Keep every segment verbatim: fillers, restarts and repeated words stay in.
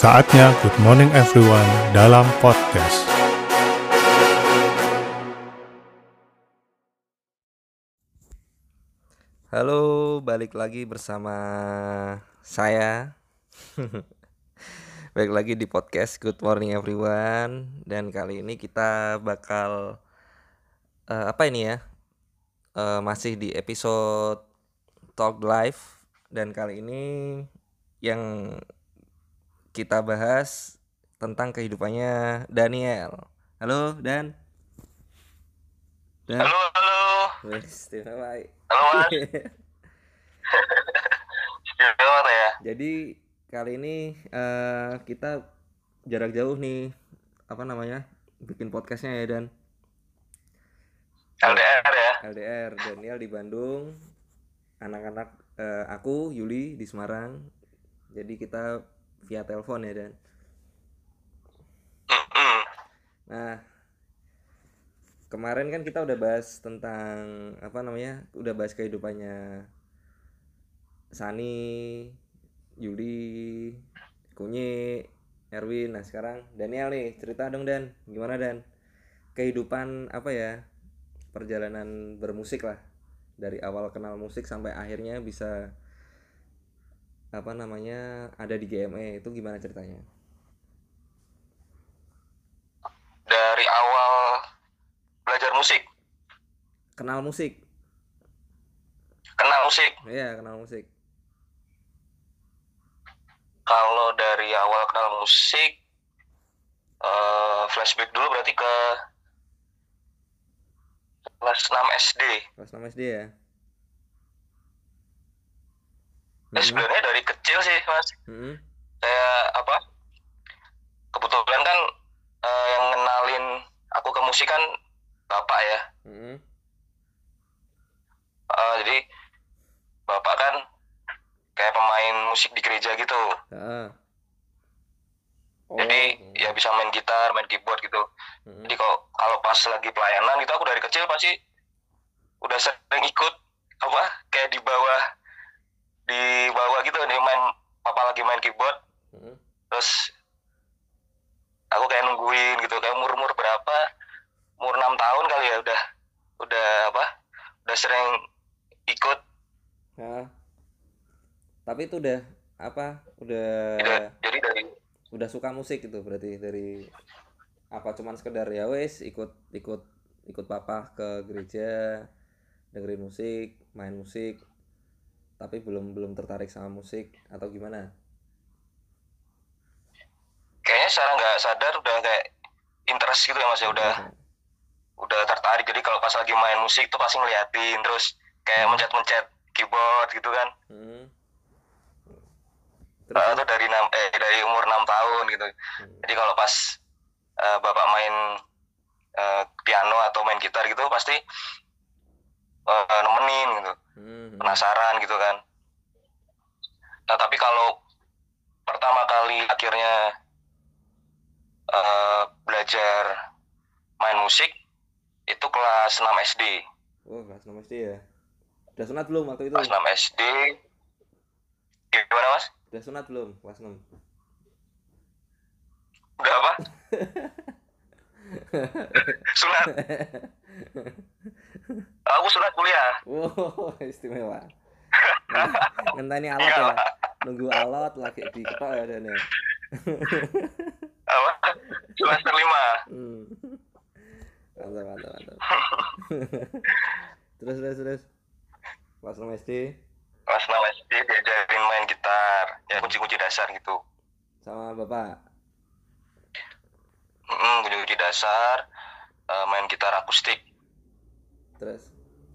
Saatnya Good Morning Everyone dalam podcast. Halo, balik lagi bersama saya. Balik lagi di podcast Good Morning Everyone. Dan kali ini kita bakal uh, apa ini ya? Uh, masih di episode Talk Live. Dan kali ini yang kita bahas tentang kehidupannya Daniel. Halo Dan. Dan. Halo, halo. Wes, terima kasih. Halo, Mas. Gimana ya? Jadi kali ini uh, kita jarak jauh nih, apa namanya, bikin podcastnya ya Dan. L D R ya. L D R, Daniel di Bandung, anak-anak uh, aku Yuli di Semarang. Jadi kita via telepon ya Dan. Mm-mm. Nah, kemarin kan kita udah bahas tentang apa namanya, udah bahas kehidupannya Sani, Yuli, Kunyi, Erwin. Nah sekarang Daniel nih, cerita dong Dan, gimana Dan? Kehidupan apa ya, perjalanan bermusik lah, dari awal kenal musik sampai akhirnya bisa apa namanya ada di G M E, itu gimana ceritanya? Dari awal belajar musik, Kenal musik? kenal musik. Iya, kenal musik. Kalau dari awal kenal musik, uh, flashback dulu berarti ke kelas enam S D. Kelas enam S D ya? Eh, sebenarnya dari kecil sih, Mas. Mm-hmm. Saya apa? Kebetulan kan uh, yang ngenalin aku ke musik kan bapak ya. Mm-hmm. Uh, jadi bapak kan kayak pemain musik di gereja gitu. Uh-uh. Oh. Jadi ya bisa main gitar, main keyboard gitu. Mm-hmm. Jadi kalau kalau pas lagi pelayanan itu aku dari kecil pasti udah sering ikut apa kayak di bawah di bawah gitu nih, main papa lagi main keyboard. Mm-hmm. Terus aku kayak nungguin gitu, kayak umur-umur berapa? Umur enam tahun kali ya, udah udah apa? Udah sering ikut. Nah, tapi itu udah apa? Udah Jadi, jadi dari udah suka musik itu berarti, dari apa cuman sekedar ya wes ikut ikut ikut papa ke gereja, dengerin musik, main musik, tapi belum belum tertarik sama musik atau gimana? Kayaknya secara nggak sadar udah kayak interest gitu ya Mas ya, udah okay. udah tertarik. Jadi kalau pas lagi main musik tuh pasti ngeliatin, terus kayak hmm. mencet-mencet keyboard gitu kan. Hmm. Terus uh, itu dari enam eh dari umur enam tahun gitu. Hmm. Jadi kalau pas uh, bapak main uh, piano atau main gitar gitu pasti uh, nemenin gitu. Hmm. Penasaran gitu kan. Nah, tapi kalau pertama kali akhirnya uh, belajar main musik itu kelas enam S D. Oh, kelas enam S D ya. Udah sunat belum waktu itu? Kelas enam S D. Gimana, Mas? Udah sunat belum kelas enam? Udah apa? Sunat. Aku sunat kuliah. Wow, istimewa. Ngenteni alot ya. Nunggu alot lagi diketok ya Dan ya. Apa? Semester lima. Hmm. Mantap, mantap, mantap. Terus, terus, terus. Kelas enam S D. Kelas enam S D diajarin main gitar, ya kunci-kunci dasar gitu. Sama bapak? Mm-mm, kunci-kunci dasar, uh, main gitar akustik. Terus?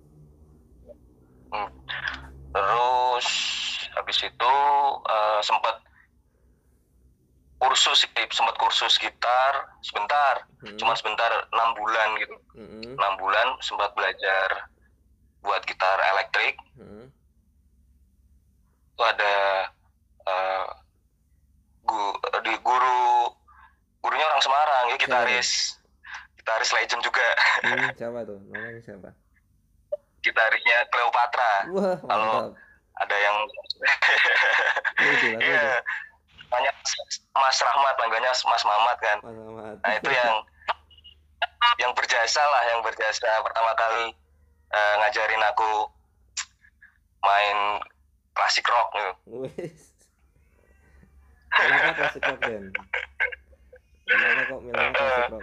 Hmm. Terus habis itu uh, sempat kursus, sempat kursus gitar sebentar, hmm. cuma sebentar enam bulan gitu, hmm. enam bulan sempat belajar buat gitar elektrik. Hmm. Itu ada uh, gu, di guru gurunya orang Semarang ya, gitaris siapa? Gitaris legend juga. Hmm, siapa tuh? Namanya siapa? Gitarisnya Cleopatra. Wah, kalau ada yang itu, ya, banyak Mas Rahmat, panggilnya Mas Mamat kan. Mas Mamat. Nah itu yang yang berjasa lah, yang berjasa pertama kali uh, ngajarin aku main klasik rock gitu. Wes. Kenapa klasik rock Ben? Kenapa kok milihnya klasik rock?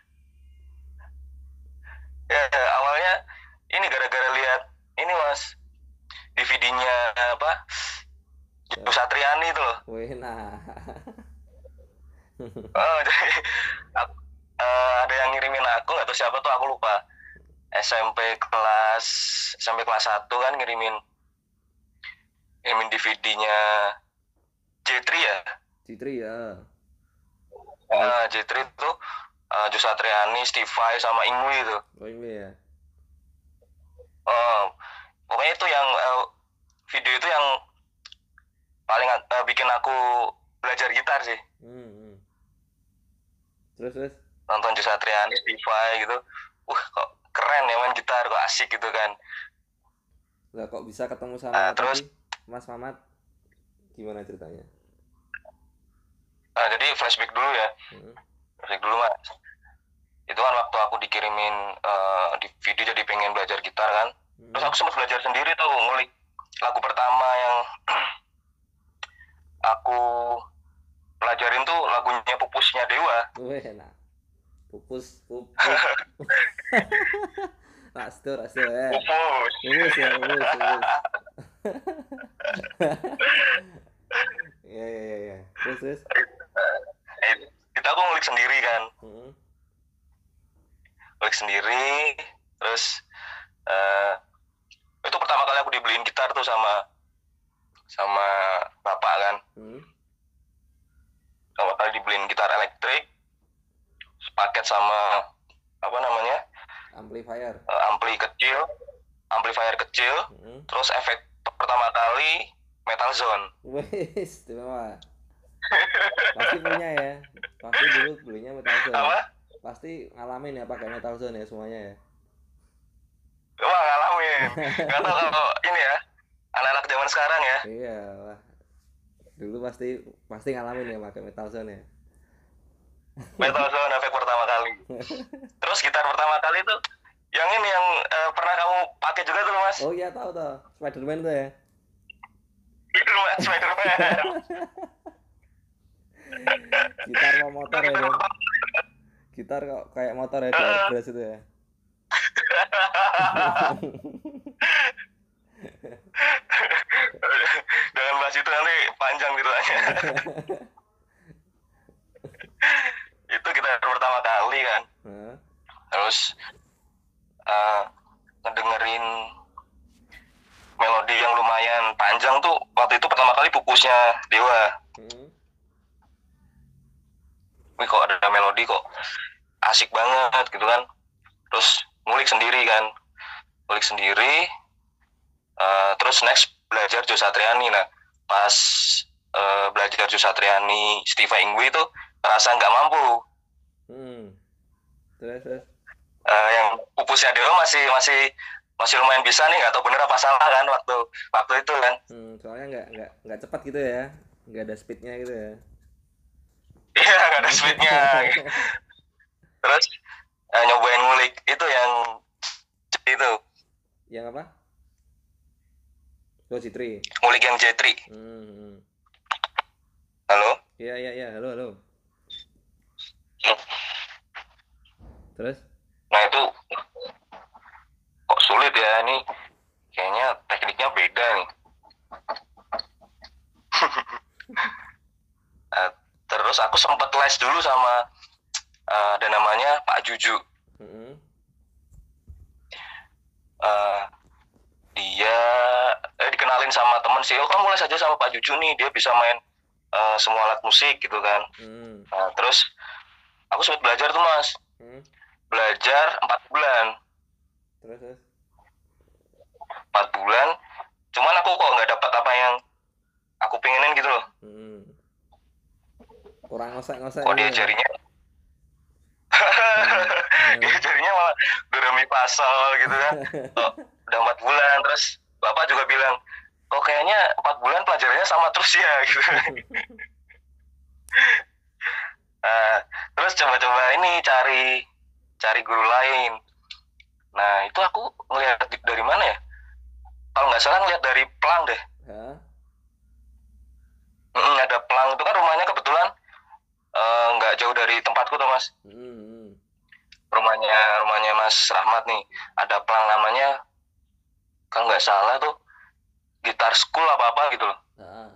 Ya, awalnya ini gara-gara lihat ini Mas, D V D-nya apa? Joe Satriani itu loh. Wih, nah. Oh, jadi aku, uh, ada yang ngirimin aku, nggak tahu siapa tuh, aku lupa. S M P kelas S M P kelas satu kan ngirimin ngirimin D V D-nya J-Three ya. J-Three ya. Uh, J-Three itu uh, Joe Satriani, Steve Vai sama Ingwi itu. Oh ini ya. Uh, pokoknya itu yang uh, video itu yang paling uh, bikin aku belajar gitar sih. Hmm, hmm. Terus terus Nonton Joe Satriani, Steve Vai gitu. Uh, kok keren ya main gitar, kok asik gitu kan. Lah kok bisa ketemu sama Uh, terus tadi Mas Mamat? Gimana ceritanya? uh, jadi flashback dulu ya. Hmm. Flashback dulu Mas. Itu kan waktu aku dikirimin uh, di video jadi pengen belajar gitar kan. Hmm. Terus aku sempat belajar sendiri tuh, ngulik lagu pertama yang aku pelajarin tuh lagunya Pupusnya Dewa. Wih, enak. Pupus, pupus. Rastur, rastur ya. Pupus. Pupus ya, pupus, pupus. Iya, iya, iya, iya. Terus, terus. Eh, itu aku ngulik sendiri kan. Hmm. Ngulik sendiri, terus uh, itu pertama kali aku dibeliin gitar tuh sama sama bapak kan. Hmm. Pertama kali dibeliin gitar elektrik, sepaket sama apa namanya, Amplifier. uh, ampli kecil, amplifier kecil, Hmm. terus efek pertama kali Metal Zone. Wes, istimewa. Pasti punya ya. Pasti dulu belinya Metal Zone. Apa? Pasti ngalamin ya pakai Metal Zone ya semuanya ya. Wah, ngalamin. Gak tau kalau ini ya, anak-anak zaman sekarang ya. Iya, wah. Dulu pasti pasti ngalamin ya pakai Metal Zone ya. Metal Zone efek pertama kali. Terus gitar pertama kali itu yang ini yang uh, pernah kamu pakai juga tuh Mas. Oh iya tahu tuh, Spiderman tuh ya. Spiderman, Spiderman. Gitar mau motor ya dong. Gitar kok kayak motor ya, kayak airbrush itu ya. Jangan bahas itu, nanti panjang ceritanya. Itu gitar pertama kali kan. Nah. Terus uh, ngedengerin melodi yang lumayan panjang tuh waktu itu pertama kali Pupusnya Dewa. Hmm. Wih, kok ada melodi kok asik banget gitu kan. Terus ngulik sendiri kan, ngulik sendiri. Uh, terus next belajar Joe Satriani. Nah pas uh, belajar Joe Satriani, Steve Ingwi itu ngerasa nggak mampu. Hmm. Terus terus. Uh, yang Pupusnya Dewa masih masih masih lumayan bisa nih, nggak tahu bener apa salah kan waktu waktu itu kan. Hmm, soalnya nggak nggak nggak cepat gitu ya, nggak ada speednya gitu ya. Iya, nggak ada speednya. Terus uh, nyobain ngulik itu yang itu. Yang apa? Oh, J-Three. Ngulik yang J-Three. Hmm. Halo? Iya iya iya, halo halo. Terus? Nah itu kok sulit ya, ini kayaknya tekniknya beda nih. uh, terus aku sempat les dulu sama uh, ada namanya Pak Juju. Hmm. Uh, dia eh, dikenalin sama temen sih, oh kamu les aja sama Pak Juju nih, dia bisa main uh, semua alat musik gitu kan. Hmm. Nah, terus aku sempat belajar tuh Mas. Hmm. Belajar empat bulan. Terus terus. empat bulan. Cuman aku kok nggak dapat apa yang aku pengenin gitu loh. Hmm. Kurang ngosek-ngosek. Kok dia jarinya Hmm. dia jarinya malah do re mi fa sol gitu kan. Oh, udah empat bulan. Terus bapak juga bilang, kok kayaknya empat bulan pelajarannya sama terus ya gitu. terus coba-coba ini cari cari guru lain. Nah itu aku ngeliat dari mana ya, kalau nggak salah ngeliat dari Plang deh. Hah? Mm, ada Plang itu kan rumahnya kebetulan nggak uh, jauh dari tempatku tuh mas. Hmm. rumahnya rumahnya Mas Rahmat nih, ada Plang namanya kalau nggak salah tuh Gitar School apa apa gitu loh. Ah.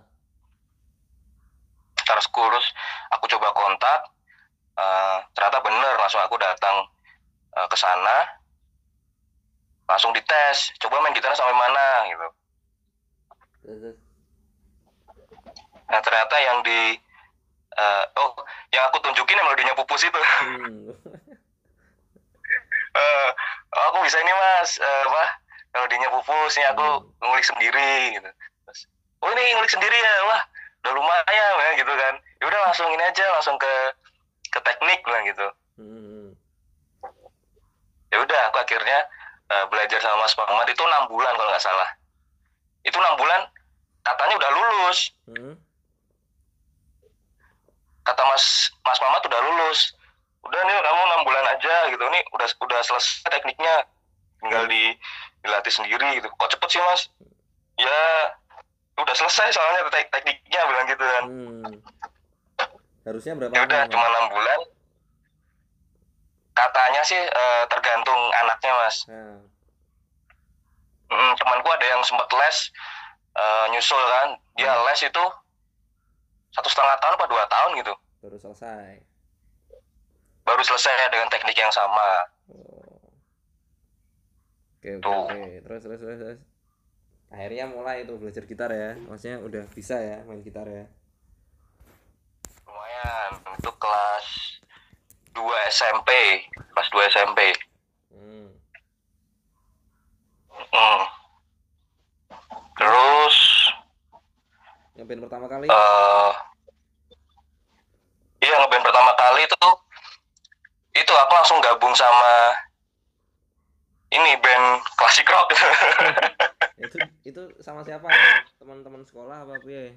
Gitar School. Terus aku coba kontak, uh, ternyata bener, langsung aku datang uh, ke sana, langsung dites, coba main gitarnya sampai mana gitu. Nah ternyata yang di uh, oh yang aku tunjukin yang melodinya Pupus itu. Hmm. uh, aku bisa ini mas, uh, apa melodinya Pupus nih aku hmm. ngulik sendiri gitu. Terus, oh ini ngulik sendiri ya, wah udah lumayan ya gitu kan. Ya udah langsung ini aja, langsung ke ke teknik lah gitu. Hmm. Ya udah aku akhirnya uh, belajar sama Mas Muhammad itu enam bulan kalau nggak salah. Itu enam bulan katanya udah lulus. Hmm. Kata Mas Mas Muhammad udah lulus. Udah nih kamu enam bulan aja gitu, nih udah udah selesai tekniknya, tinggal di dilatih sendiri gitu. Kok cepet sih mas? Ya udah selesai soalnya tek tekniknya bilang gitu kan. Hmm. Harusnya berapa? Ya udah cuma enam bulan. Katanya sih uh, tergantung anaknya mas. Hmm. Hmm, temanku ada yang sempat les uh, nyusul kan, dia hmm. les itu satu setengah tahun apa dua tahun gitu. Baru selesai. Baru selesai dengan teknik yang sama. Oh. Oke, oke, oke. Terus, terus, terus, terus. Akhirnya mulai itu belajar gitar ya. Maksudnya udah bisa ya main gitar ya. Lumayan. Itu kelas dua S M P. Kelas dua S M P. Hmm. Hmm. Terus. Yang band pertama kali? Uh, iya, ngeband pertama kali itu itu aku langsung gabung sama ini band klasik rock. itu itu sama siapa? Teman-teman sekolah apa ya?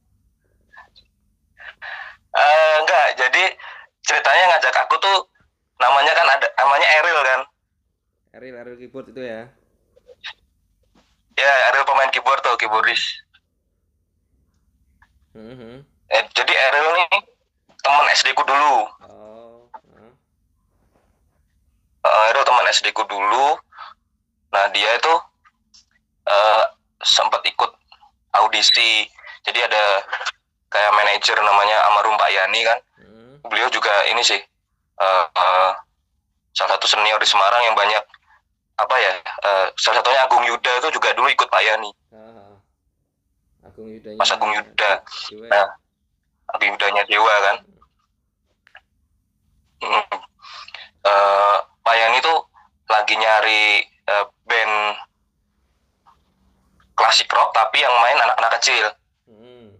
Uh, enggak, jadi ceritanya ngajak aku tuh namanya kan ada namanya Eril kan. Eril, Eril keyboard itu ya? Ya, Eril pemain keyboard tuh, keyboardis. Mm-hmm. Eh, jadi Eril nih teman S D ku dulu. Oh. Uh. Uh, Eril teman S D ku dulu. Nah dia itu uh, sempat ikut audisi. Jadi ada kayak manajer namanya Amarum Pak Yani kan. Hmm. Beliau juga ini sih uh, uh, salah satu senior di Semarang yang banyak apa ya. Uh, salah satunya Agung Yuda itu juga dulu ikut Pak Yani. Uh, Agung Yudanya. Mas Agung Yuda. Nah, Agung Yudanya Dewa kan. Hmm. Uh, Pak Yani tuh lagi nyari uh, band klasik rock tapi yang main anak-anak kecil. Hmm.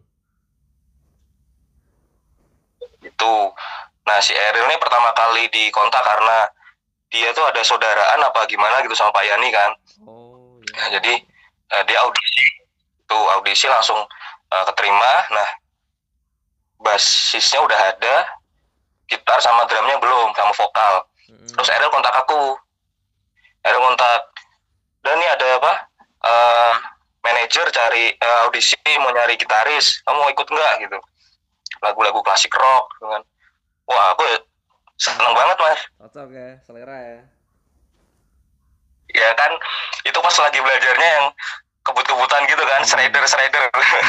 Itu. Nah si Eril ini pertama kali dikontak karena dia tuh ada saudaraan apa gimana gitu sama Pak Yani kan. Oh, iya. Nah, jadi uh, dia audisi, tuh audisi langsung uh, keterima. Nah basisnya udah ada, gitar sama drumnya belum, sama vokal. Hmm. Terus Eril kontak aku. Eril kontak, dan nih ada apa? Uh, manajer cari uh, audisi mau nyari gitaris, kamu mau ikut nggak gitu? Lagu-lagu klasik rock, kan? Wah aku seneng banget mas. Cocok ya, selera ya. Ya kan, itu pas lagi belajarnya yang kebut-kebutan gitu kan, hmm. Shredder Shredder.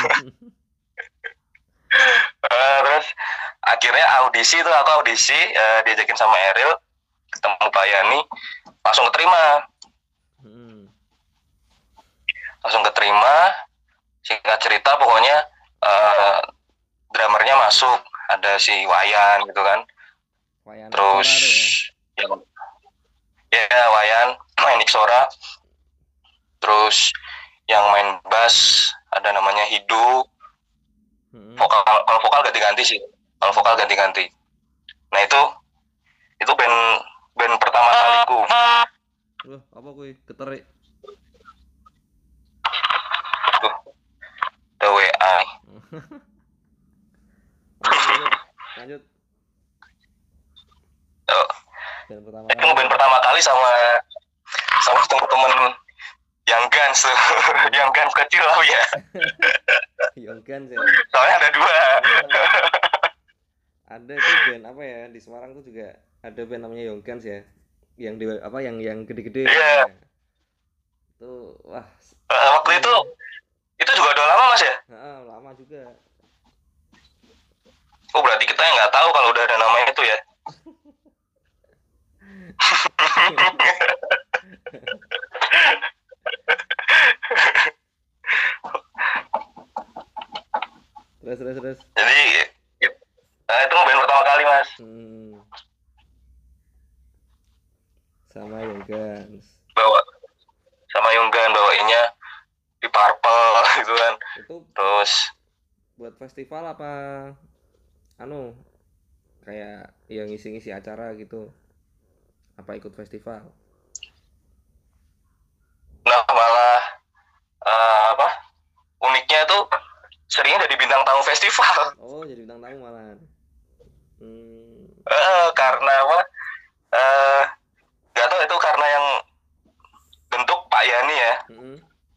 uh, terus akhirnya audisi tuh aku audisi, uh, diajakin sama Eril, ketemu Pak Yani, langsung keterima. Hmm. Langsung keterima. Singkat cerita pokoknya uh, drummernya masuk, ada si Wayan gitu kan. Wayan terus ya? Ya, ya Wayan main Iksora. Terus yang main bass ada namanya Hidu. Hmm. Vokal kalau vokal ganti-ganti sih. Kalau vokal ganti-ganti. Nah itu itu band band pertama kaliku. Loh, apa kuy? Keterik. Tuh. The W I. lanjut, lanjut. Oh, Band pertama itu kali. band pertama kali sama sama temen-temen yang Guns tuh, yang Guns kecil lah ya. Young Guns ya. Soalnya ada dua. Oh. Ada itu band apa ya di Semarang tuh juga ada band namanya Young Guns ya. Yang di apa yang yang gede-gede. Iya. Yeah. Itu wah. Uh, waktu itu itu juga udah lama Mas ya? Heeh, lama juga. Oh berarti kita nggak tahu kalau udah ada namanya itu ya? terus terus terus. Jadi nah, itu band pertama kali Mas. Hmm. Sama Young Guns. Bawa sama Young Guns bawainnya di Purple gitu kan. Itu terus buat festival apa anu kayak yang ngisi-ngisi acara gitu, apa ikut festival? Nah malah uh, apa uniknya tuh seringnya jadi bintang tamu festival. Oh jadi bintang tamu malahan. Hmm. Uh, karena apa uh, nggak tahu itu karena yang bentuk Pak Yani ya. Mm-hmm.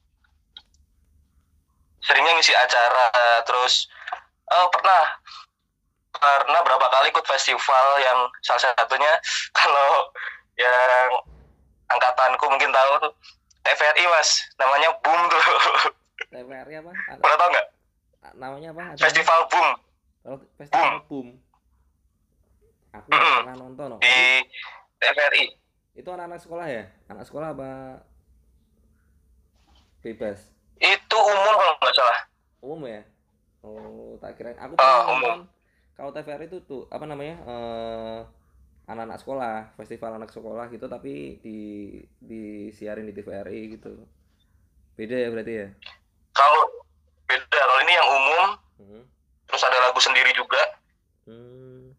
Seringnya ngisi acara. Terus oh pernah pernah berapa kali ikut festival yang salah satunya kalau yang angkatanku mungkin tahu tuh T V R I Mas, namanya Boom tuh. T V R I apa? Pernah tahu nggak? Namanya apa? Ada Festival apa? Boom. Oh, festival Boom. Boom. Aku mm-hmm. pernah nonton loh. Di T V R I. Itu anak-anak sekolah ya? Anak sekolah apa bebas? Itu umum kalau nggak salah. Umum ya? Oh, tak kira. Aku pernah uh, nonton. Kalau T V R I itu tuh apa namanya? Uh, anak-anak sekolah, festival anak sekolah gitu, tapi di disiarin di T V R I gitu. Beda ya berarti ya? Kalau beda, kalau ini yang umum, hmm. terus ada lagu sendiri juga. Hmm.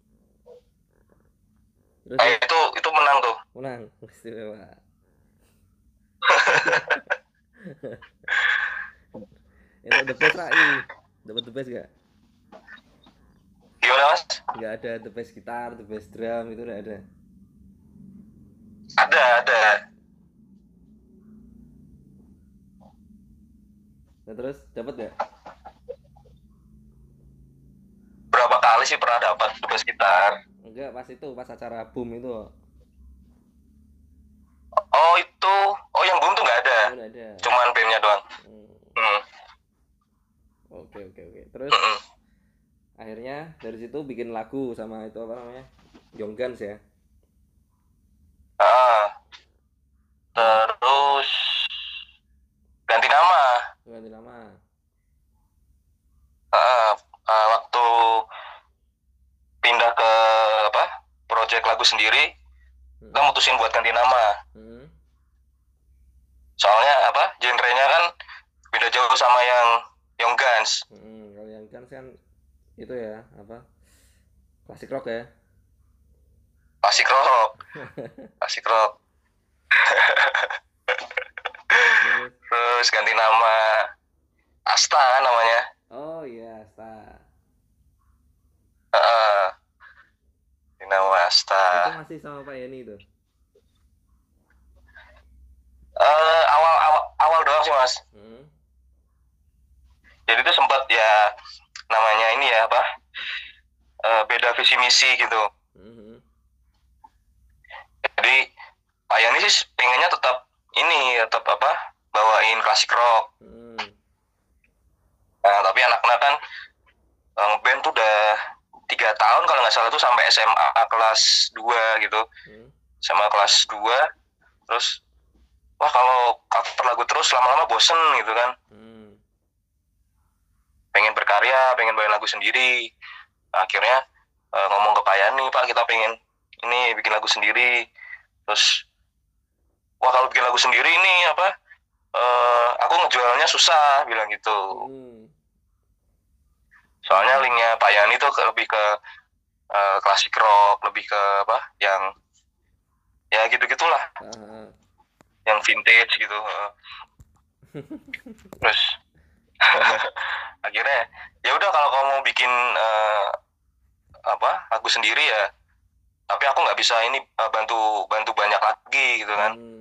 Terus, eh, itu itu menang tuh. Menang, istimewa. Itu the best Rai, dapat the best gak? Gimana Mas? Nggak ada the best gitar, the best drum, itu udah ada. Ada, ada. Nah terus dapat nggak? Berapa kali sih pernah dapat the best gitar? Enggak, pas itu, pas acara Boom itu. Oh itu, oh yang Boom tuh nggak ada. Oh, nggak ada. Cuman bandnya doang. Hmm. Hmm. Oke oke oke. Terus? Hmm. Akhirnya dari situ bikin lagu sama itu apa namanya? Young Guns ya. Ah. Terus ganti nama. Ganti nama. Ah, ah, waktu pindah ke apa? Project lagu sendiri, hmm. kita mutusin buat ganti nama. Hmm. Soalnya apa? Genrenya kan beda jauh sama yang Young Guns. Hmm, kalau Young Guns kan itu ya apa klasik rock ya klasik rock klasik rock terus ganti nama Asta kan namanya. Oh iya Asta. uh, ganti nama Asta. Itu masih sama Pak Yani itu uh, awal awal awal doang sih Mas. hmm. Jadi itu sempat ya namanya ini ya apa uh, beda visi misi gitu. Mm-hmm. Jadi Pak Yani sih pengennya tetap ini tetap apa bawain klasik rock. Mm. Nah tapi anak-anak kan ngeband tuh udah tiga tahun kalau nggak salah tuh sampai S M A kelas dua gitu. Mm. S M A kelas dua terus wah kalau cover lagu terus lama-lama bosen gitu kan. Mm. Pengen berkarya, pengen bawain lagu sendiri. Nah, akhirnya uh, ngomong ke Pak Yani, Pak kita pengen ini bikin lagu sendiri. Terus, wah kalau bikin lagu sendiri ini apa? Uh, aku ngejualnya susah, bilang gitu. Hmm. Soalnya linknya Pak Yani tuh lebih ke uh, klasik rock, lebih ke apa? Yang ya gitu-gitulah, uh-huh. yang vintage gitu. Terus. Akhirnya ya udah kalau kamu mau bikin uh, apa lagu sendiri ya tapi aku nggak bisa ini uh, bantu bantu banyak lagi gitu kan. Hmm.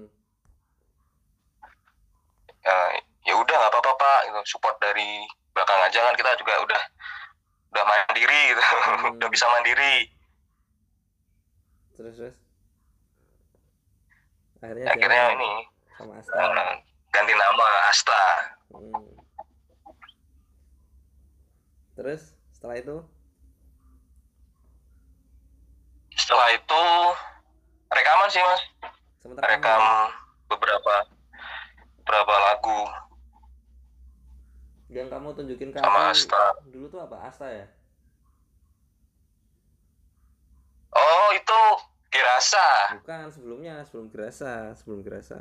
Uh, ya udah nggak apa-apa Pak, gitu. Support dari belakang aja kan, kita juga udah udah mandiri gitu. Hmm. Udah bisa mandiri. Terus terus akhirnya, Akhirnya jalan ini sama Asta. uh, ganti nama Asta. Hmm. Terus setelah itu Setelah itu rekaman sih Mas, sementara rekam kamu beberapa beberapa lagu yang kamu tunjukin ke sama aku Asta. dulu tuh apa? Asta ya? Oh itu Gerasa. Bukan, sebelumnya, sebelum Gerasa, sebelum Gerasa.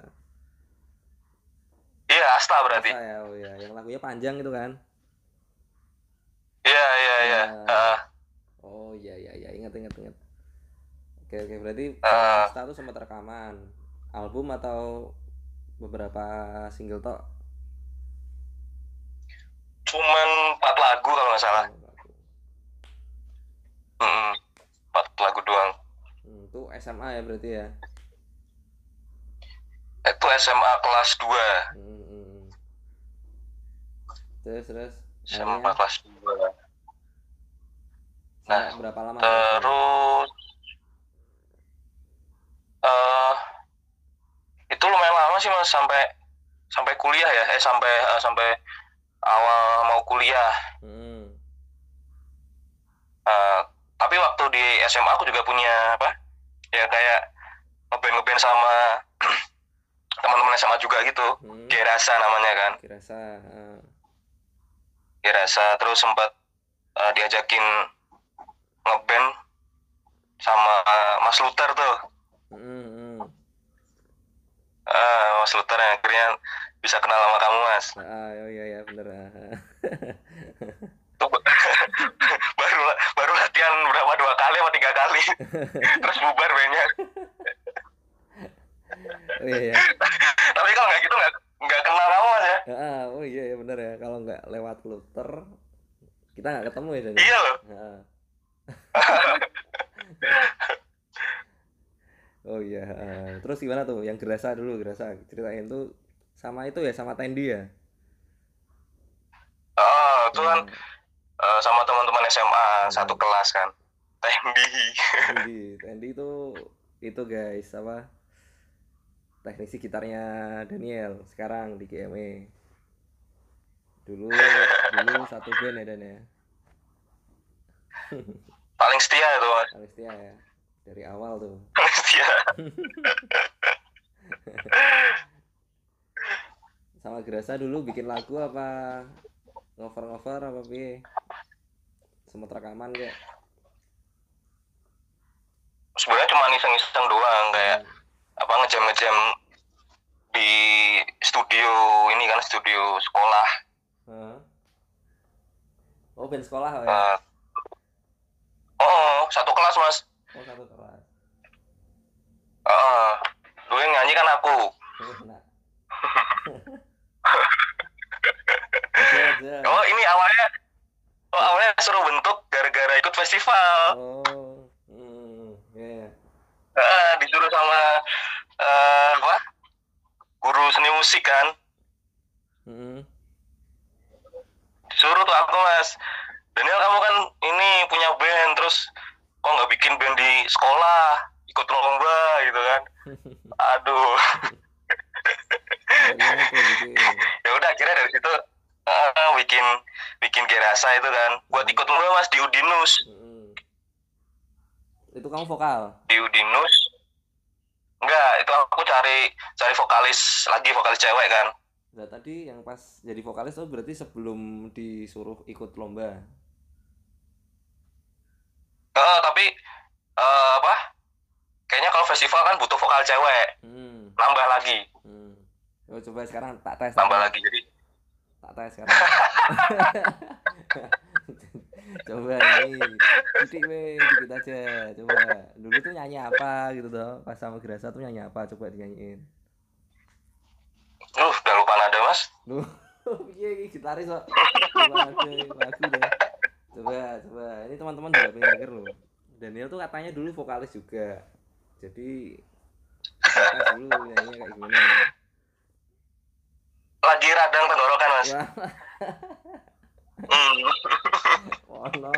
Iya Asta berarti. Asta ya, oh ya, yang lagunya panjang itu kan? Iya iya iya. Uh, Oh iya iya iya, ingat ingat ingat. Oke oke, berarti Uh, Asta tuh sempat rekaman album atau beberapa single tok? cuman empat lagu kalau nggak salah. Hmm, empat lagu doang. Hmm, itu S M A ya berarti ya? Itu S M A kelas dua. Hmm, hmm. Terus terus S M A akhirnya kelas dua. sampai Nah, berapa lama? terus uh, itu lumayan lama sih Mas, sampai sampai kuliah ya, eh sampai uh, sampai awal mau kuliah. Hmm. Uh, tapi waktu di S M A aku juga punya apa? Ya kayak ngeband-ngeband sama teman-teman S M A juga gitu. Hmm. Gerasa namanya kan. Gerasa. Uh. Gerasa, terus sempat uh, diajakin ngeband sama uh, Mas Luther tuh. Hmm, hmm. Uh, Mas Luther yang akhirnya bisa kenal sama kamu Mas. Ah, oh iya iya bener. Tuh, baru baru latihan berapa, dua kali atau tiga kali terus bubar bandnya. Oh iya iya. Tapi kalau nggak gitu nggak nggak kenal kamu Mas ya. Ah, oh iya ya bener ya, kalau nggak lewat Luther kita nggak ketemu ya. Jadi. Iya loh. Ah. Oh iya. Uh, terus gimana tuh yang Gerasa dulu, Gerasa ceritain tuh sama itu ya, sama Tendi ya. Oh itu kan Hmm. uh, sama teman-teman S M A Hmm. satu kelas kan. Tendi. Tendi, Tendi itu itu guys apa? Teknisi gitarnya Daniel sekarang di G M E. Dulu dulu satu band ya Dan ya. Paling setia itu Mas. Paling setia ya dari awal tuh. Paling setia. Sama Gerasa dulu bikin lagu apa ngover-ngover apa piye? Sempat rekaman kayak? Sebenarnya cuma iseng-iseng doang, kayak Hmm. apa ngejam-ngejam di studio ini kan, studio sekolah. Huh? Oh band sekolah oh ya? Uh, oh satu kelas Mas. Oh satu kelas. Uh, dulu yang nyanyi kan aku. Nah. Aja, aja. Oh ini awalnya, oh awalnya suruh bentuk gara-gara ikut festival. Oh, hmm, ya. Yeah. Uh, disuruh sama uh, apa? Guru seni musik kan. Hmm. Disuruh tuh aku Mas. Daniel kamu kan ini punya band, terus kok nggak bikin band di sekolah, ikut lomba gitu kan. Aduh. Ya udah akhirnya dari situ uh, bikin bikin Gerasa itu kan, buat ikut lomba Mas di Udinus. Hmm. Itu kamu vokal? Di Udinus enggak, itu aku cari cari vokalis lagi, vokalis cewek kan. Nah tadi yang pas jadi vokalis tuh berarti sebelum disuruh ikut lomba. Uh, tapi uh, apa kayaknya kalau festival kan butuh vokal cewek. Hmm. Nambah lagi. Hmm. Oh, coba sekarang tak tes. Nambah tak lagi jadi tak tes sekarang. Coba nih titik weh dikit aja, coba dulu tuh nyanyi apa gitu tuh pas sama Gerasa tuh nyanyi apa, coba dinyanyiin. uh udah lupa nada Mas. Lu iya ini gitaris kok, coba aja lagu deh, coba coba ini teman-teman juga pengen denger loh. Dan Daniel tuh katanya dulu vokalis juga. Jadi kita dulu nyanyinya kayak gimana? Lagi radang tenggorokan mas. Wah, Hmm. oh no.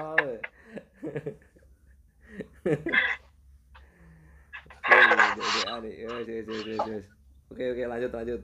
Oke, oke, lanjut, lanjut.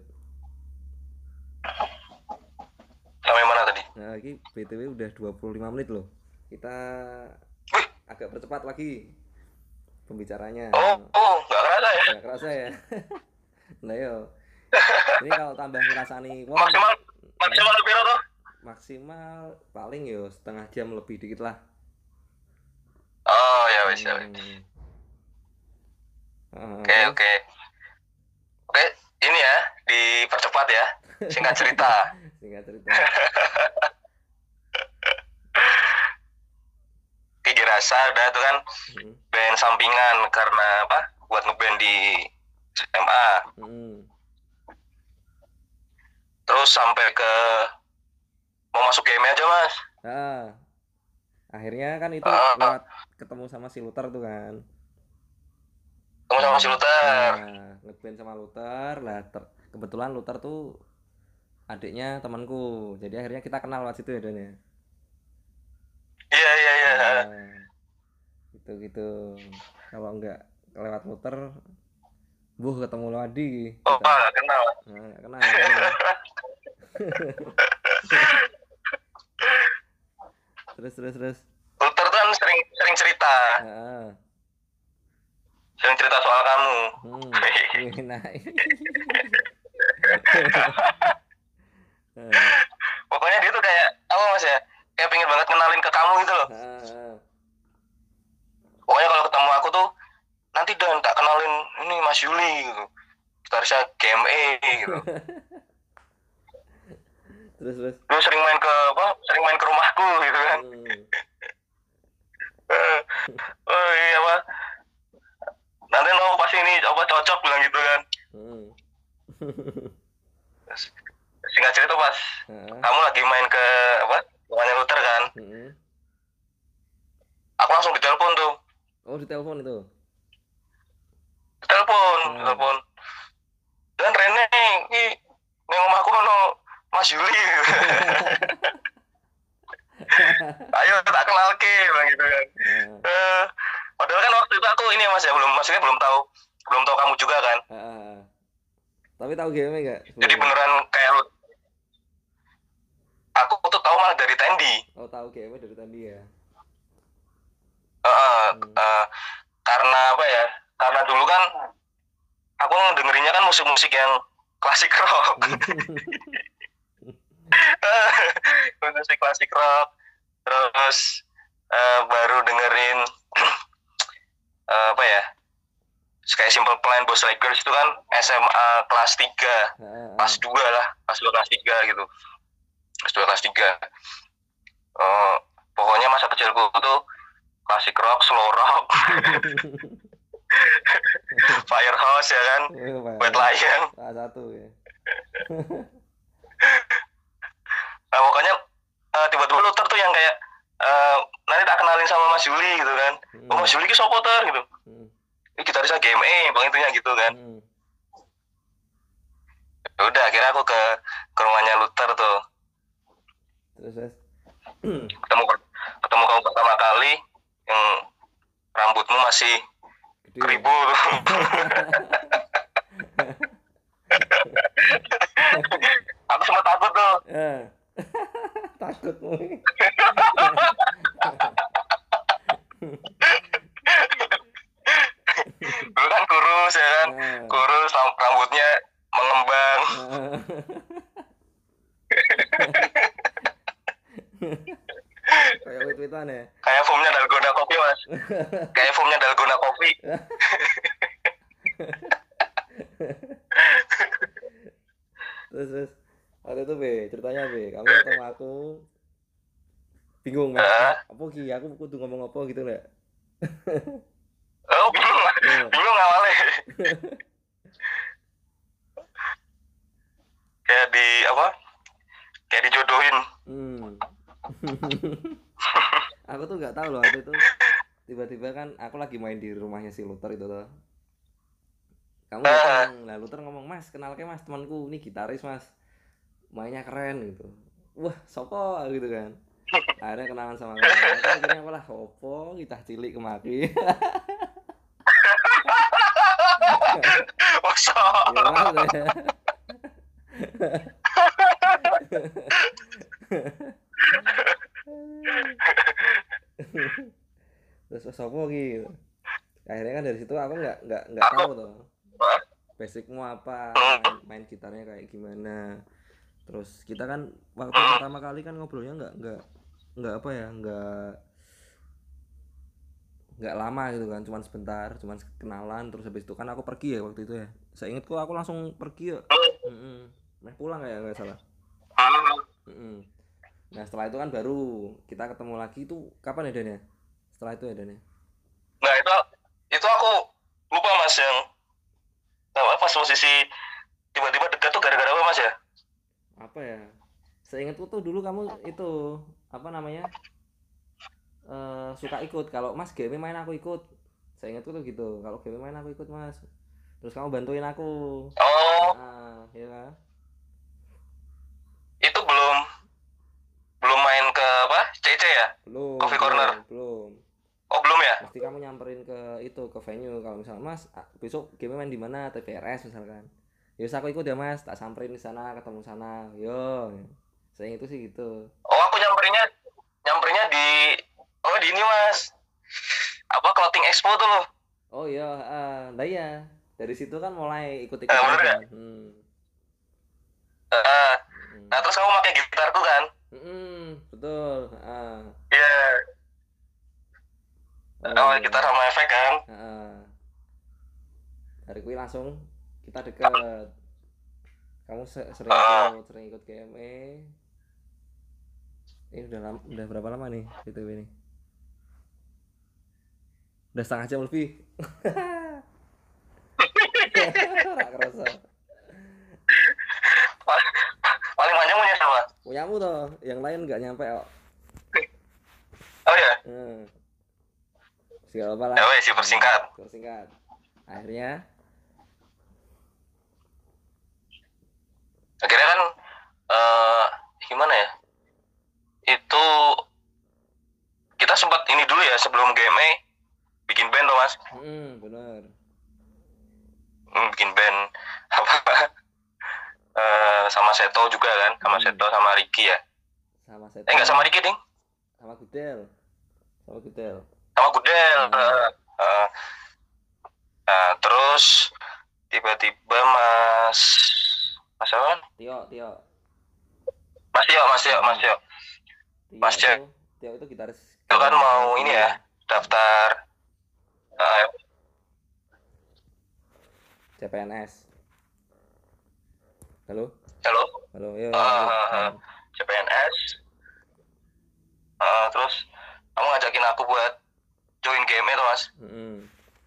Sampai mana tadi? Nah, ini B T W udah dua puluh lima menit loh. Kita Wih. agak percepat lagi pembicaranya. Oh, oh, nggak kerasa ya? Nggak kerasa ya. Nah, yo. Ini kalau tambah ngerasani wah, Maksimal, maksimal lebih tuh? maksimal paling yo setengah jam lebih dikit lah. Oh ya wes ya. Hmm. Ah, Oke oke. Oke, ini ya dipercepat ya. Singkat cerita. Singkat cerita. Kayak dirasa udah tuh kan Hmm. band sampingan karena apa? Buat ngeband di S M A. Hmm. Terus sampai ke mau masuk G M aja mas. Nah, akhirnya kan itu Ah. lewat ketemu sama si Luther tuh kan. Kamu sama si Luther. Nah, ngeband sama Luther lah. ter- kebetulan Luther tuh adiknya temanku. Jadi akhirnya kita kenal waktu itu ya Dan ya. Iya iya iya. Nah, gitu-gitu. Kalau enggak lewat Luther, buh ketemu lo Adi. Oh Kita. pak kenal. Nah, nggak kenal. nggak kenal. terus terus terus. Luther tuh kan sering sering cerita, Nah, sering cerita soal kamu. hmm, wih, nah. Nah, Pokoknya dia tuh kayak apa mas ya? Kayak pengen banget kenalin ke kamu gitu loh. nah, Pokoknya kalau ketemu aku tuh nanti Dan tak kenalin ini Mas Yuli gitu. Gitarisnya G M E gitu. terus terus. Lu sering main ke apa? Sering main ke rumahku gitu kan. Hmm. Oh iya apa? Nanti lo pasti ini apa cocok bilang gitu kan. Hmm. Singkat cerita pas Nah, kamu lagi main ke apa? Rumahnya Luther kan. hmm. Aku langsung ditelepon tuh. Oh, di telepon itu. Telepon, Hmm. telepon. Dan Rene ini neng omahku ono Mas Yuli. Ayo tak kenal ke bilang gitu kan. Nah, Eh, padahal kan waktu itu aku ini mas ya belum maksudnya belum tahu belum tahu kamu juga kan. ah, ah. Tapi tahu game enggak? Jadi beneran kayak lu. Aku tuh tahu malah dari Tendi. Oh, tahu game dari tadi ya. Eh, Hmm. eh, karena apa ya? Karena dulu kan aku dengerinnya kan musik-musik yang klasik rock. Musik klasik rock. Terus eh, baru dengerin eh, apa ya? Kayak Simple Plan, Boss Like Girls itu kan S M A kelas tiga, Ah, ah. kelas dua lah, kelas dua kelas tiga gitu. Kelas dua kelas tiga. Eh, pokoknya masa kecilku tuh klasik rock, slow rock, Firehouse ya kan, Oh, Pak. White Lion. Salah satu ya. Nah, pokoknya eh, tiba-tiba Luther tuh yang kayak eh, nanti tak kenalin sama Mas Yuli gitu kan. Hmm. Oh Mas Yuli ki sopo ter gitu. Hmm. Ini gitarisnya G M E, bang itunya gitu kan. Hmm. Ya udah akhirnya aku ke ke rumahnya Luther tuh. Terus terus. Ketemu ketemu kamu pertama kali yang rambutmu masih Gede. keribu tuh. Aku sempat takut tuh. Eh. Takutmu. Dulu kan kurus ya kan. Eh. Kurus ram- rambutnya mengembang. Kayak wit-witan ya. Kayak foamnya Dalgona Coffee mas. Kayak foamnya Dalgona Coffee. Terus terus. Waktu itu be, ceritanya be, kamu ketemu aku bingung mas. Eh. Apa ki? Aku kudu ngomong apa gitu nggak? Oh bingung, Iya. bingung awalnya. Kayak di apa? Kayak dijodohin. Hmm. Aku tuh nggak tahu loh waktu itu tiba-tiba kan aku lagi main di rumahnya si Luther itu tuh. Kamu Ah, datang, lah Luther ngomong, "Mas, kenal ke Mas, temanku, ini gitaris Mas. Mainnya keren gitu." Wah, sopo gitu kan. Akhirnya kenalan sama kamu. Aku mikirnya apa lah, opo kita cilik kemaki. masa Ya Mas ya. Terus sopo gitu. Akhirnya kan dari situ aku nggak nggak nggak aku tahu tuh Hah? basicmu apa, main Hmm, main gitarnya kayak gimana. Terus kita kan waktu hmm, pertama kali kan ngobrolnya nggak nggak nggak apa ya, nggak nggak lama gitu kan, cuman sebentar, cuman kenalan. Terus habis itu kan aku pergi ya waktu itu ya. Saya ingatku aku langsung pergi ya. Mm-mm. Nah, pulang kayak nggak salah. hmm. Mm-mm. Nah setelah itu kan baru kita ketemu lagi itu kapan ya Dan ya? Setelah itu ya Dan ya? Nah itu itu aku lupa mas yang apa pas posisi tiba-tiba dekat tuh gara-gara apa mas ya? Apa ya? Seingatku tuh dulu kamu itu apa namanya? Eh, suka ikut. Kalau Mas game main aku ikut. Seingatku tuh gitu. Kalau game main aku ikut Mas. Terus kamu bantuin aku. Oh Ah, ya kan? itu belum belum main ke apa C C ya? Belum, Coffee belum, Corner. belum. Oh belum ya? Mesti kamu nyamperin ke itu ke venue. Kalau misalnya Mas ah, besok game main di mana? T V R S misalkan. Ya wis aku ikut ya Mas, tak samperin di sana, ketemu sana. Yo. Saya itu sih gitu. Oh aku nyamperinnya nyamperinnya di oh di ini mas apa Clothing Expo tuh loh. Oh iya, ah, nah iya. Dari situ kan mulai Eh, ikut-ikut bener aja. ya? Hmm. Eh, Hmm. nah terus kamu pakai gitarku kan? Mm-mm, betul. Ah. Iya. Oh Oh iya. gitar sama efek kan? Ah. Dari kui langsung kita deket. Kamu se- sering Ah, ikut, sering ikut G M E. Ini udah lama, udah berapa lama nih B T W ini? Udah setengah jam lebih. Rak kerasa. paling paling panjang punya siapa? Punyamu toh, yang lain nggak nyampe kok. Oh ya? Hmm. Segala apa lah. Ya wes, si persingkat. Persingkat. Akhirnya, Akhirnya kan eh gimana ya? Itu kita sempat ini dulu ya sebelum G M A bikin band tuh mas. hmm, bener. Hmm, bikin band apa? Eh, sama Seto juga kan, sama Hmm. Seto sama Ricky ya. Sama Eh nggak Seto, sama Ricky ding, sama Gudel, sama Gudel. sama Gudel. Hmm. Eh, eh, nah terus tiba-tiba mas mas apa? Tio, Tio, Mas Tio, Mas Tio, Mas Tio. Tio Mas Jack. itu, Tio itu gitaris. Itu kan mau ini ya daftar eh, C P N S. Halo, halo halo, ya. Ah, C P N S. Eh, terus kamu ngajakin aku buat join G M A tuh mas. Hmm.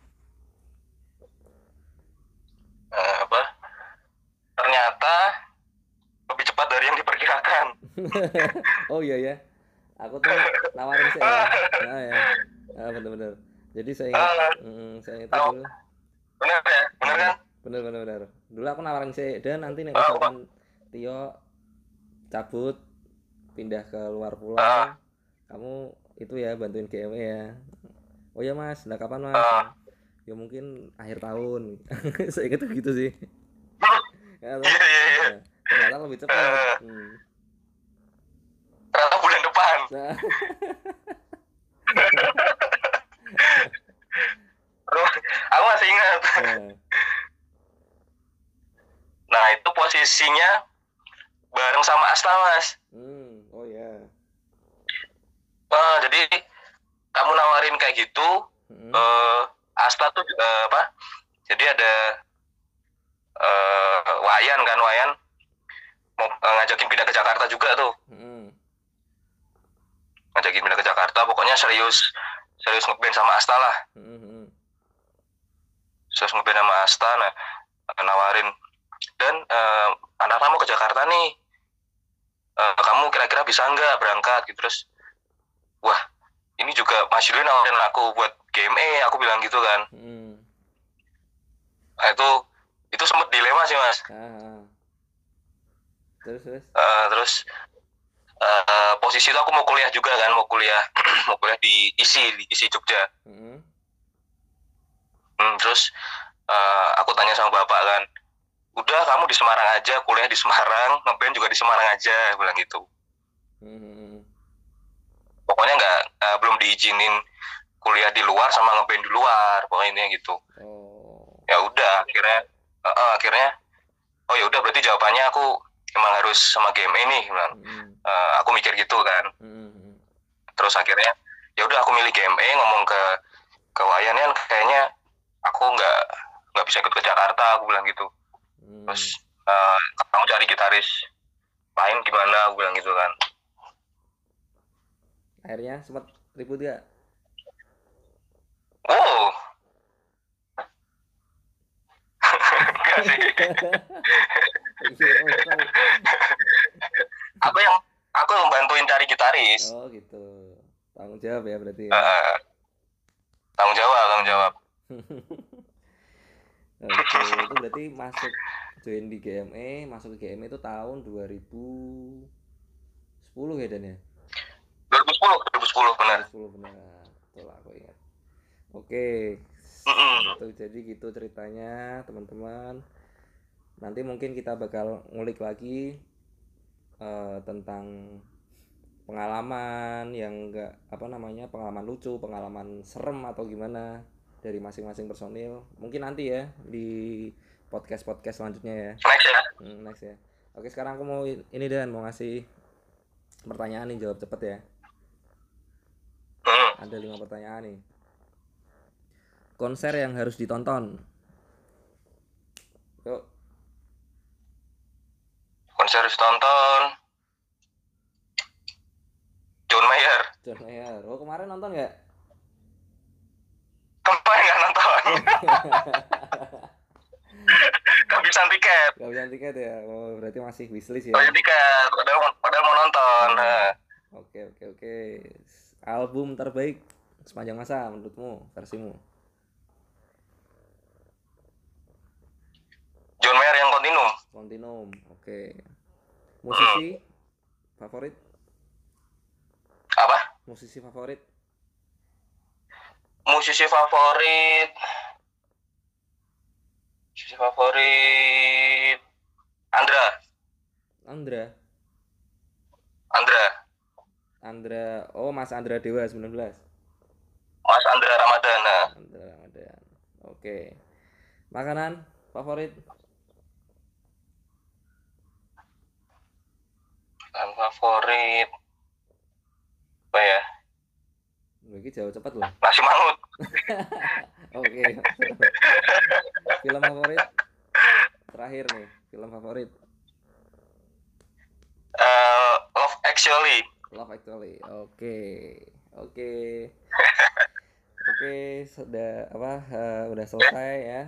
Eh, apa? Ternyata lebih cepat dari yang diperkirakan. Oh iya ya, aku tuh nawarin sih ya. Nah, ya. Ah, bener-bener. Jadi saya ingat, Ah, mm, saya ingat tahu. dulu. Bener ya? Bener kan? Bener bener bener. Dulu aku nawarin sih, dan nanti nih Ah, misalkan Tio cabut pindah ke luar pulau, Ah. kamu itu ya bantuin G M E ya. Oh ya Mas, nah kapan Mas? Ah. Ya mungkin akhir tahun. Saya ingat tuh gitu sih. Ya, Iya, iya, iya. nah, ternyata lebih cepat. Eh. Hmm. Ternyata bulan depan. Nah, Terus aku masih ingat. nah. Nah itu posisinya bareng sama Asta mas. Hmm, oh ya. Nah, jadi kamu nawarin kayak gitu. Hmm. eh Asta tuh eh, apa? Jadi ada eh Wayan kan Wayan mau eh, ngajakin pindah ke Jakarta juga tuh. Hmm. Ngajakin pindah ke Jakarta. Pokoknya serius serius ngeband sama Asta lah. Hmm. Hmm. Serius ngeband sama Asta. Nah nawarin dan eh, anak kamu ke Jakarta nih. Eh, kamu kira-kira bisa nggak berangkat gitu terus. Wah ini juga Mas Yudin nawarin aku buat G M E, aku bilang gitu kan. Hmm. Nah, itu itu sempat dilema sih Mas. Ah. Terus terus. Uh, terus uh, posisi itu aku mau kuliah juga kan, mau kuliah mau kuliah di I S I di I S I Jogja. Hmm. Hmm, terus uh, aku tanya sama bapak kan, udah kamu di Semarang aja, kuliah di Semarang, ngeband juga di Semarang aja, bilang gitu. Hmm. Pokoknya nggak uh, belum diizinin kuliah di luar sama ngeband di luar, pokoknya ini gitu. Oh. Ya udah, akhirnya uh, uh, akhirnya oh ya udah berarti jawabannya aku emang harus sama G M E nih, bilang. Hmm. Uh, aku mikir gitu kan. Hmm. Terus akhirnya ya udah aku milih G M E, ngomong ke ke Wayan kan, kayaknya aku nggak nggak bisa ikut ke Jakarta, aku bilang gitu. Hmm. Terus uh, kamu cari gitaris lain gimana, aku bilang gitu kan. Akhirnya sempat ribut gak? Oh enggak sih. aku yang aku yang bantuin cari gitaris. Oh gitu, tanggung jawab ya berarti ya. Uh, tanggung jawab tanggung jawab. Oke, itu berarti masuk join di G M E, masuk ke G M E itu tahun dua ribu sepuluh ya Dan ya? dua ribu sepuluh dua ribu sepuluh benar. dua ribu sepuluh benar, betul aku ingat. Oke, Mm-mm. itu jadi gitu ceritanya teman-teman. Nanti mungkin kita bakal ngulik lagi uh, tentang pengalaman yang enggak apa namanya pengalaman lucu, pengalaman serem atau gimana dari masing-masing personil. Mungkin nanti ya di podcast-podcast selanjutnya ya. Next ya. Hmm, next ya. Oke, sekarang aku mau ini Dan mau ngasih pertanyaan nih, jawab cepet ya. Hmm. Ada lima pertanyaan nih. Konser yang harus ditonton. Yuk. Konser harus ditonton John Mayer. John Mayer. Oh, kemarin nonton nggak? Kemarin nggak nonton. Kehabisan tiket. Kehabisan tiket ya. Oh, berarti masih wishlist ya. Kehabisan tiket. Padahal, padahal mau nonton. Hmm. Nah. Oke oke oke. Album terbaik sepanjang masa menurutmu, versimu? John Mayer yang Continuum. Continuum. Oke. Musisi hmm. favorit? Apa? Musisi favorit? Musisi favorit. Musisi favorit. Andra. Andra. Andra. Andra. Oh, Mas Andra Dewa sembilan belas. Mas Andra Ramadana. Andra Ramadana. Oke. Makanan favorit? Makanan favorit. Apa ya? Bagi jauh cepat loh. Nasi mangut. Oke. Film favorit? Terakhir nih, film favorit. Uh, Love Actually. Love Actually. Oke. Oke. Oke, sudah apa? Uh, udah selesai ya.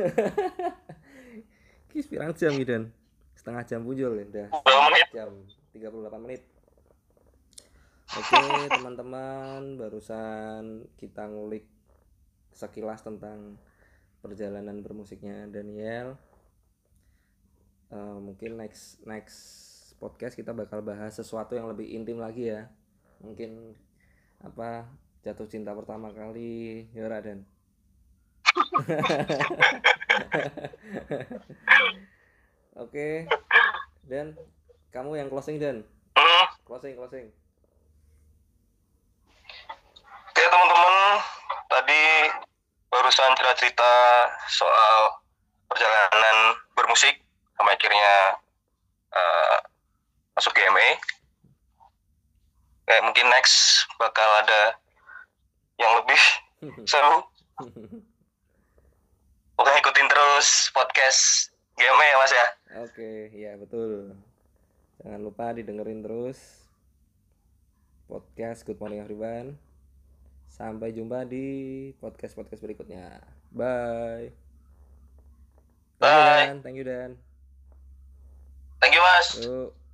Kis pirang jam gitu Dan? Setengah jam punjul ya, udah setengah jam, tiga puluh delapan menit. Oke teman-teman, barusan kita ngulik sekilas tentang perjalanan bermusiknya Daniel. Uh, mungkin next next podcast kita bakal bahas sesuatu yang lebih intim lagi ya. Mungkin apa jatuh cinta pertama kali, ya Dan. Oke, Dan, kamu yang closing Dan. Closing closing. Oke teman-teman, tadi barusan cerita-cerita soal perjalanan bermusik sampai akhirnya uh, masuk G M E. Kayak mungkin next bakal ada yang lebih seru. Pokoknya ikutin terus podcast G M E ya Mas ya. Oke, iya betul. Jangan lupa didengerin terus podcast Good Morning Everyone. Sampai jumpa di podcast-podcast berikutnya. Bye. Thank you Dan, thank you Dan. Thank you Mas. Yuk.